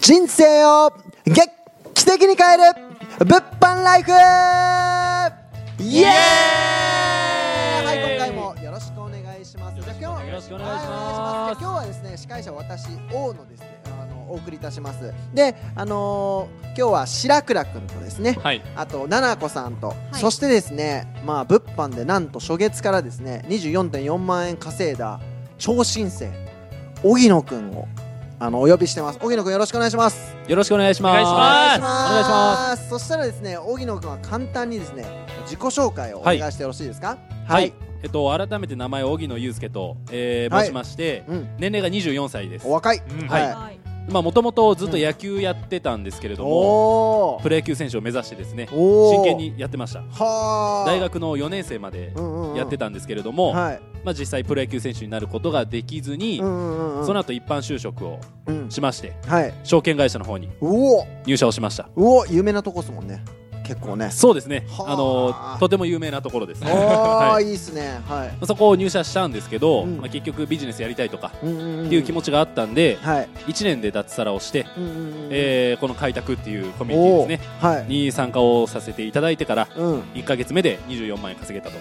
人生を劇的に変える物販ライフイエーイ。はい、今回もよろしくお願いします。じゃあ今日よろしくお願いします。 今日はですね、司会者私大野ですね、お送りいたします。で、今日は白倉くんとですね、 はい、 あとななこさんと、 はい、 そしてですね、まあ物販でなんと初月からですね 24.4 万円稼いだ超新星荻野くんをお呼びしてます。荻野くんよろしくお願いします。 よろしくお願いします。 お願いします。 お願いします。 そしたらですね、荻野くんは簡単にですね自己紹介をお願いしてよろしいですか？ はい、改めて名前荻野祐介と、申しまして、年齢が24歳です。 お若い。 はい。もともとずっと野球やってたんですけれども、プロ野球選手を目指してですね、真剣にやってました。大学の4年生までやってたんですけれども、実際プロ野球選手になることができずに、その後一般就職をしまして、証券会社の方に入社をしました。 有名なとこですもんね、結構ね。 そうですね、とても有名なところですね。 いいですね。 そこを入社したんですけど、結局ビジネスやりたいとかっていう気持ちがあったんで、1年で脱サラをして、この開拓っていうコミュニティですねに参加をさせていただいてから1ヶ月目で24万円稼げたと。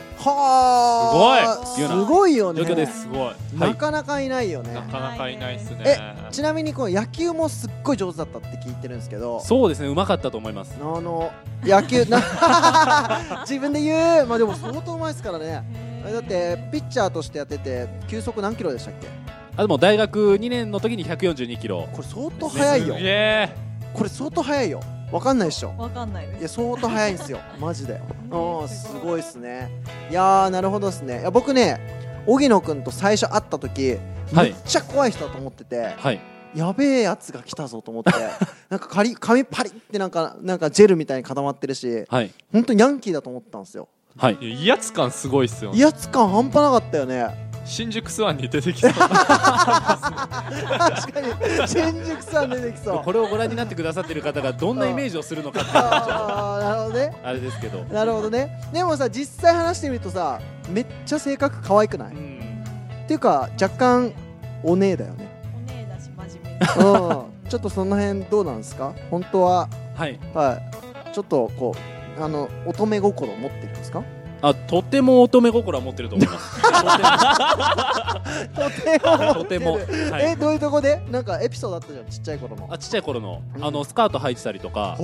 すごいよね。 状況です。すごい。 なかなかいないよね。 なかなかいないですね。 ちなみにこの野球もすっごい上手だったって聞いてるんですけど。 そうですね、うまかったと思います。 野球自分で言う、まあでも相当うまいですからね。だってピッチャーとしてやってて球速何キロでしたっけ？ でも大学2年の時に142キロ。 これ相当速いよ。これ相当速いよ。わかんないでしょ？ わかんないです。 いや相当速いんですよマジで。すごいですね。いやー、なるほどですね。いや僕ね、荻野くんと最初会った時めっちゃ怖い人だと思ってて、やべえやつが来たぞと思ってなんか髪パリってなんかジェルみたいに固まってるし、本当にヤンキーだと思ったんですよ。 威圧感すごいっすよね。 威圧感半端なかったよね。 新宿スワンに出てきそう確かに新宿スワン出てきそう。 これをご覧になってくださってる方がどんなイメージをするのかっていうのはなるほどね。 あれですけど。 なるほどね。でもさ、実際話してみるとさ、めっちゃ性格可愛くない？っていうか若干お姉だよね。 お姉だし真面目ちょっとその辺どうなんですか？本当はちょっとこう乙女心持ってるんですか？ とても乙女心は持ってると思いますとても。 どういうとこでなんかエピソードあったじゃん、ちっちゃい頃の。 ちっちゃい頃のスカート履いてたりとか、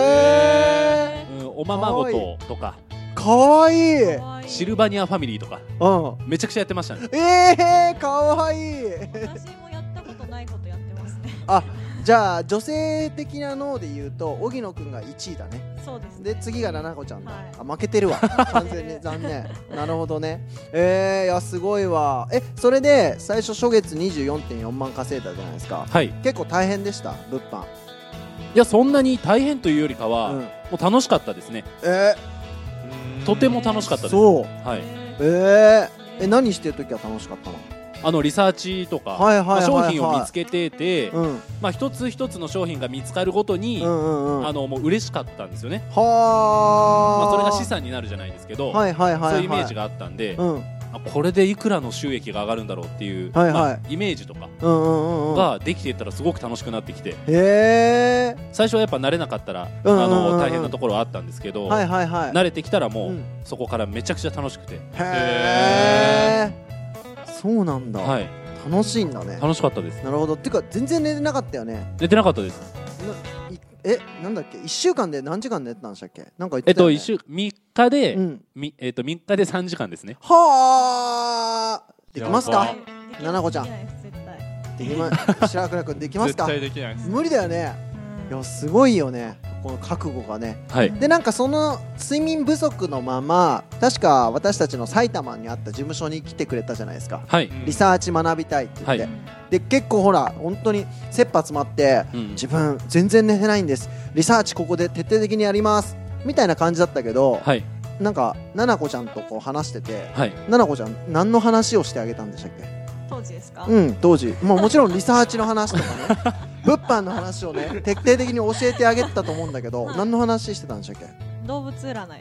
おままごととか、 かわいいシルバニアファミリーとかめちゃくちゃやってましたね。かわいい。 私もやったことないことやってますね。 じゃあ女性的な脳で言うと荻野くんが1位だね。 そうですね。 で次がななこちゃんだ。負けてるわ完全に。残念。なるほどね。いやすごいわ。それで最初初月 24.4 万稼いだじゃないですか。結構大変でした？物販。 いやそんなに大変というよりかは、もう楽しかったですね。とても楽しかったです。 そう。何してる時は楽しかったの？ リサーチとか商品を見つけてて、一つ一つの商品が見つかるごとにもう嬉しかったんですよね。それが資産になるじゃないですけど、そういうイメージがあったんで、これでいくらの収益が上がるんだろうっていうイメージとかができていったらすごく楽しくなってきて、最初はやっぱ慣れなかったら大変なところはあったんですけど、慣れてきたらもうそこからめちゃくちゃ楽しくて。 そうなんだ。楽しいんだね。 楽しかったです。 なるほど。っていうか全然寝てなかったよね。 寝てなかったです。 なんだっけ、1週間で何時間寝てたんでしたっけ？なんか言ってたよね。 3日で3日で3時間ですね。 できますか？ななこちゃん。白倉くんできますか？ 絶対できないです。 無理だよね。いやすごいよね、この覚悟がね。でなんかその睡眠不足のまま確か私たちの埼玉にあった事務所に来てくれたじゃないですか。リサーチ学びたいって言って、で結構ほら本当に切羽詰まって、自分全然寝てないんです、リサーチここで徹底的にやりますみたいな感じだったけど、なんかななこちゃんとこう話してて、ななこちゃん何の話をしてあげたんでしたっけ？ 当時ですか？ 当時もちろんリサーチの話とかね物販の話をね徹底的に教えてあげてたと思うんだけど、何の話してたんでしたっけ？ 動物占い。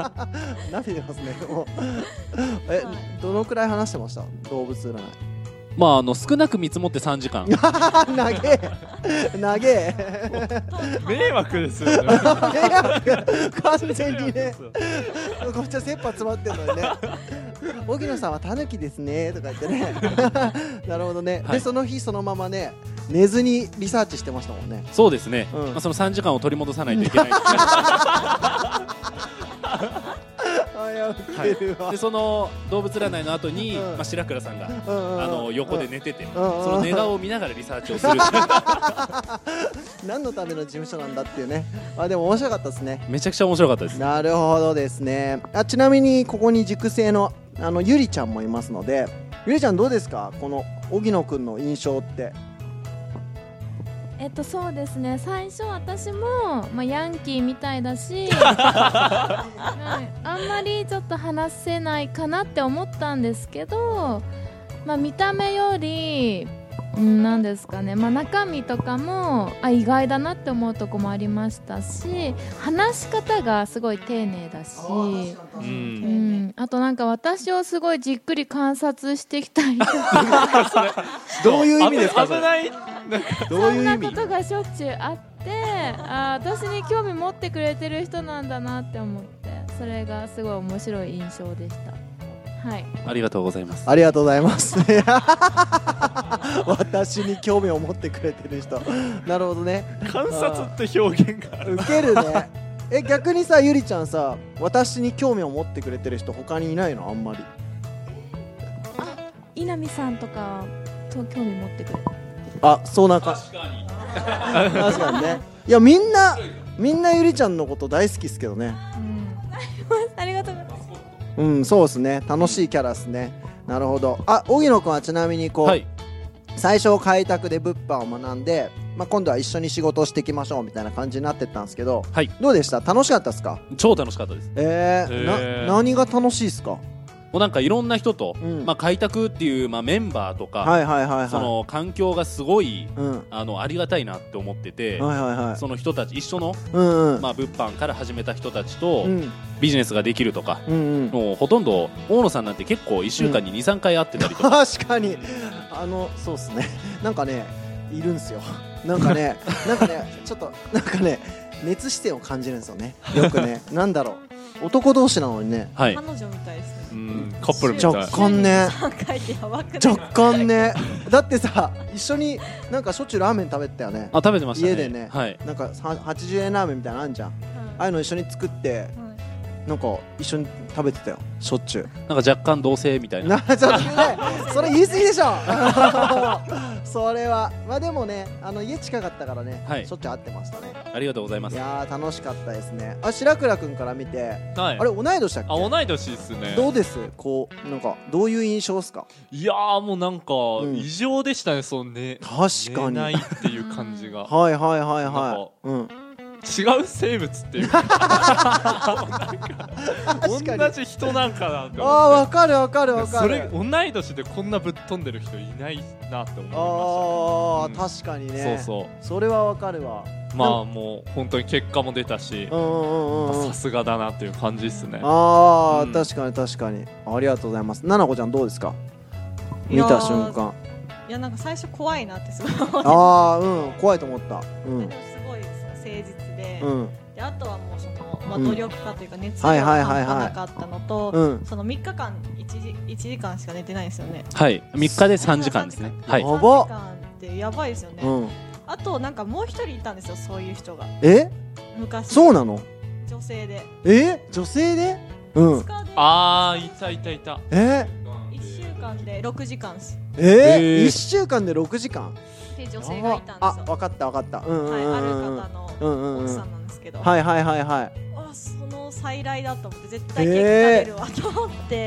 何でますね。どのくらい話してました？動物占い。 少なく見積もって3時間長え迷惑ですよね。 迷惑完全にねこっちは切羽詰まってんのにね荻野さんはタヌキですねとか言ってねなるほどね、でその日そのままね寝ずにリサーチしてましたもんね。 そうですね、その3時間を取り戻さないといけないでその動物占いの後に、白倉さんが、横で寝てて、その寝顔を見ながらリサーチをする何のための事務所なんだっていうね。でも面白かったですね。 めちゃくちゃ面白かったです。 なるほどですね。ちなみにここに塾生のゆりちゃんもいますので、ゆりちゃんどうですか、この荻野くんの印象って。 そうですね、最初私も、ヤンキーみたいだしあんまりちょっと話せないかなって思ったんですけど、見た目よりなんですかね、中身とかも意外だなって思うとこもありましたし、話し方がすごい丁寧だし、あとなんか私をすごいじっくり観察してきたりとかどういう意味ですか、 危ない、 そんなことがしょっちゅうあって、私に興味持ってくれてる人なんだなって思って、それがすごい面白い印象でした。はい、 ありがとうございます。 ありがとうございます私に興味を持ってくれてる人なるほどね。 観察って表現がある。 ウケるね。逆にさ、ゆりちゃんさ、私に興味を持ってくれてる人他にいないの？あんまり。 稲見さんとかと興味持ってくれる。 そうなんか確かにね。いや、みんなゆりちゃんのこと大好きっすけどね。 ありがとうございます。 そうですね、楽しいキャラですね。なるほど。荻野くんはちなみに最初開拓で物販を学んで、今度は一緒に仕事をしていきましょうみたいな感じになってったんですけど、どうでした？楽しかったですか？ 超楽しかったです。 何が楽しいですか？ もうなんかいろんな人と、開拓っていう、メンバーとか、その環境がすごい、ありがたいなって思ってて、その人たち一緒の、物販から始めた人たちと、ビジネスができるとか、もうほとんど大野さんなんて結構1週間に 2,3 回会ってたりとか、 確かにそうですね、なんかねいるんですよ。なんかねちょっとなんかね熱視線を感じるんですよね、よくね。なんだろう、男同士なのにね、 彼女みたいですね。 カップルみたい。 若干ね若干ね。だってさ、一緒になんかしょっちゅうラーメン食べてたよね。 食べてましたね、 家でね。なんか80円ラーメンみたいなのあんじゃん、ああいうの一緒に作って、なんか一緒に食べてたよ、しょっちゅう。 なんか若干同性みたいな。 ちょっとね、それ言い過ぎでしょそれはでもね、家近かったからね、しょっちゅう会ってましたね。 ありがとうございます。 いやー、楽しかったですね。白倉くんから見て、あれ同い年だっけ？ 同い年ですね。 どうです？なんかどういう印象ですか？ いやー、もうなんか異常でしたね、 確かに寝ないっていう感じが違う生物っていうか同じ人なんかなって思って。 わかるわかるわかる。 それ同い年でこんなぶっ飛んでる人いないなって思いました。 確かにね。それはわかるわ。 もう本当に結果も出たし、さすがだなっていう感じですね。 確かに確かに。ありがとうございます。ななこちゃんどうですか？見た瞬間。 いや、なんか最初怖いなってすごい思って。 怖いと思った。 でもすごい誠実で、あとはもう努力家というか熱量が半端なかったのと、その3日間1時間しか寝てないんですよね。 はい、3日で3時間ですね。 3時間ってやばいですよね。あとなんかもう一人いたんですよ、そういう人が。昔。そうなの？女性で。 女性で？ いた。 1週間で6時間です。 1週間で6時間って女性がいたんですよ。 分かった分かった。ある方の奥さんなんですけど、その再来だと思って、絶対結果出るわと思って。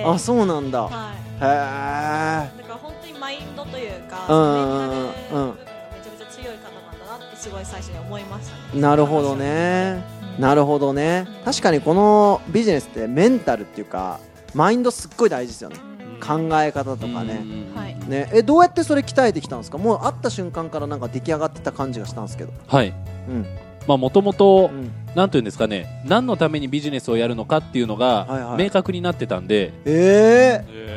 そうなんだ。 だから本当にマインドというか、メンタルめちゃめちゃ強い方なんだなってすごい最初に思いましたね。 なるほどね、なるほどね。確かにこのビジネスってメンタルっていうかマインドすっごい大事ですよね。考え方とかね。どうやってそれ鍛えてきたんですか？もう会った瞬間からなんか出来上がってた感じがしたんですけど。 もともとなんていうんですかね、何のためにビジネスをやるのかっていうのが明確になってたんで、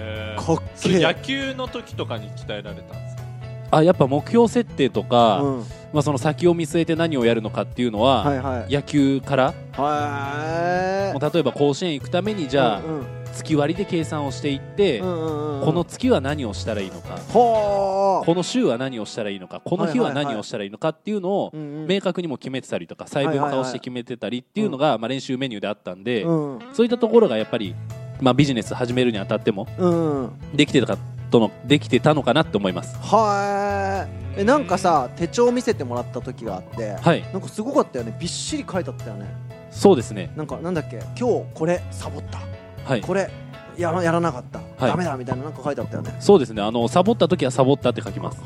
かっけえ。 野球の時とかに鍛えられたんですか？ やっぱ目標設定とか、その先を見据えて何をやるのかっていうのは、野球から、例えば甲子園行くためにじゃあ、月割りで計算をしていって、この月は何をしたらいいのか、この週は何をしたらいいのか、この日は何をしたらいいのかっていうのを明確にも決めてたりとか、細分化をして決めてたりっていうのが練習メニューであったんで、そういったところがやっぱりビジネス始めるにあたってもできてたのかなって思います。 なんかさ、手帳見せてもらった時があって、なんかすごかったよね。びっしり書いてあったよね。 そうですね。 なんだっけ、今日これサボった、これやらなかった、ダメだみたいな、なんか書いてあったよね。 そうですね。サボった時はサボったって書きます。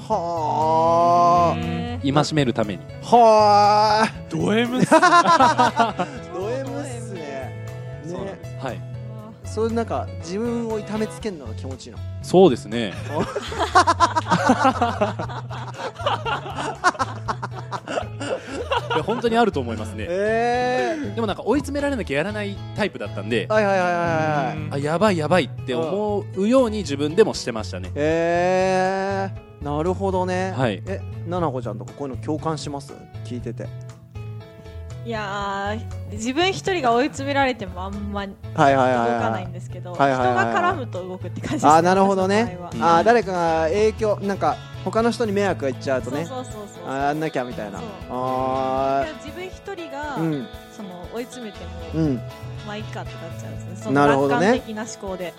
戒めるために。 ド M っすね。 ド M っすね。 はい。 そういうなんか自分を痛めつけるのが気持ちいいの。 そうですね。本当にあると思いますね。でもなんか追い詰められなきゃやらないタイプだったんで、やばいやばいって思うように自分でもしてましたね。 なるほどね。ななこちゃんとかこういうの共感します？聞いてて。 いや自分一人が追い詰められてもあんま動かないんですけど、人が絡むと動くって感じですね。 なるほどね。誰かが影響、なんか他の人に迷惑がいっちゃうとね、やんなきゃみたいな。 自分一人がその追い詰めてもまあいいかってなっちゃうんですね。その楽観的な思考で。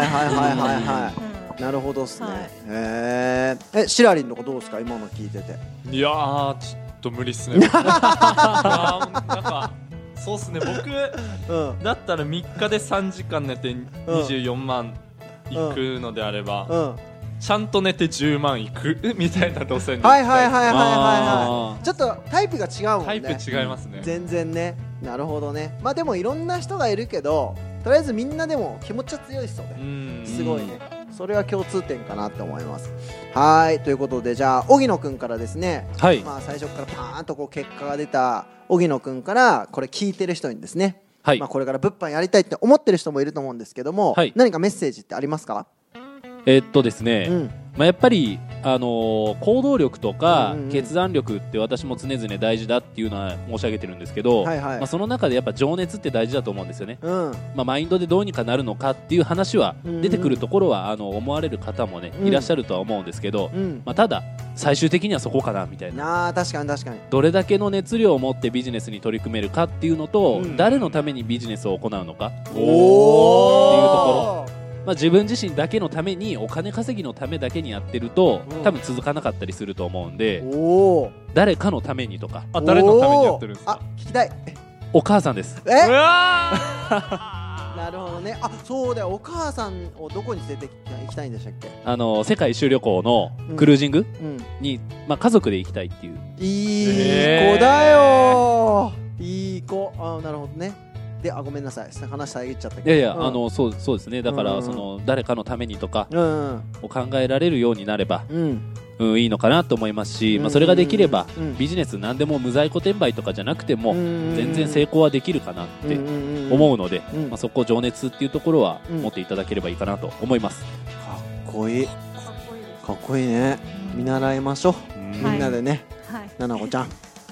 なるほどっすね。シラリンの子どうですか、今の聞いてて。 いやーちょっと無理っすね。なんかそうっすね。僕だったら3日で3時間寝て24万いくのであれば、ちゃんと寝て10万いくみたいな路線に行きたい。 ちょっとタイプが違うもんね。 タイプ違いますね。 全然ね。なるほどね。でもいろんな人がいるけど、とりあえずみんなでも気持ちは強い人で、すごいね。それは共通点かなって思います。ということで、じゃあ荻野くんからですね、最初からパーンとこう結果が出た荻野くんから、これ聞いてる人にですね、これから物販やりたいって思ってる人もいると思うんですけども、何かメッセージってありますか？ ですね、やっぱり、行動力とか決断力って私も常々大事だっていうのは申し上げてるんですけど、その中でやっぱ情熱って大事だと思うんですよね。マインドでどうにかなるのかっていう話は出てくるところは思われる方もね、いらっしゃるとは思うんですけど、ただ最終的にはそこかなみたいな。 確かにどれだけの熱量を持ってビジネスに取り組めるかっていうのと、誰のためにビジネスを行うのかっていうところ。自分自身だけのために、お金稼ぎのためだけにやってると多分続かなかったりすると思うんで、誰かのためにとか。 誰のためにやってるんですか？ 聞きたい。 お母さんです。 なるほどね。そうだよ。お母さんをどこに連れて行きたいんでしたっけ？ 世界一周旅行のクルージングに、家族で行きたいっていう。 いい子だよ。いい子。なるほどね。ごめんなさい、話遮っちゃったけど。そうですね。だから誰かのためにとかを考えられるようになればいいのかなと思いますし、それができればビジネス何でも無在庫転売とかじゃなくても全然成功はできるかなって思うので、そこ情熱っていうところは持っていただければいいかなと思います。 かっこいい。かっこいいね。見習いましょう、みんなでね。ななこちゃん。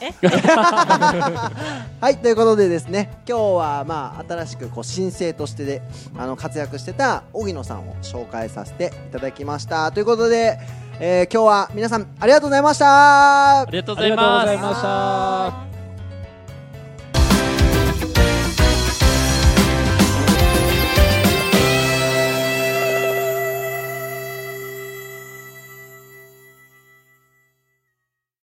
ということでですね、今日は新しく新星として活躍してた荻野さんを紹介させていただきました。ということで、今日は皆さんありがとうございました。 ありがとうございました。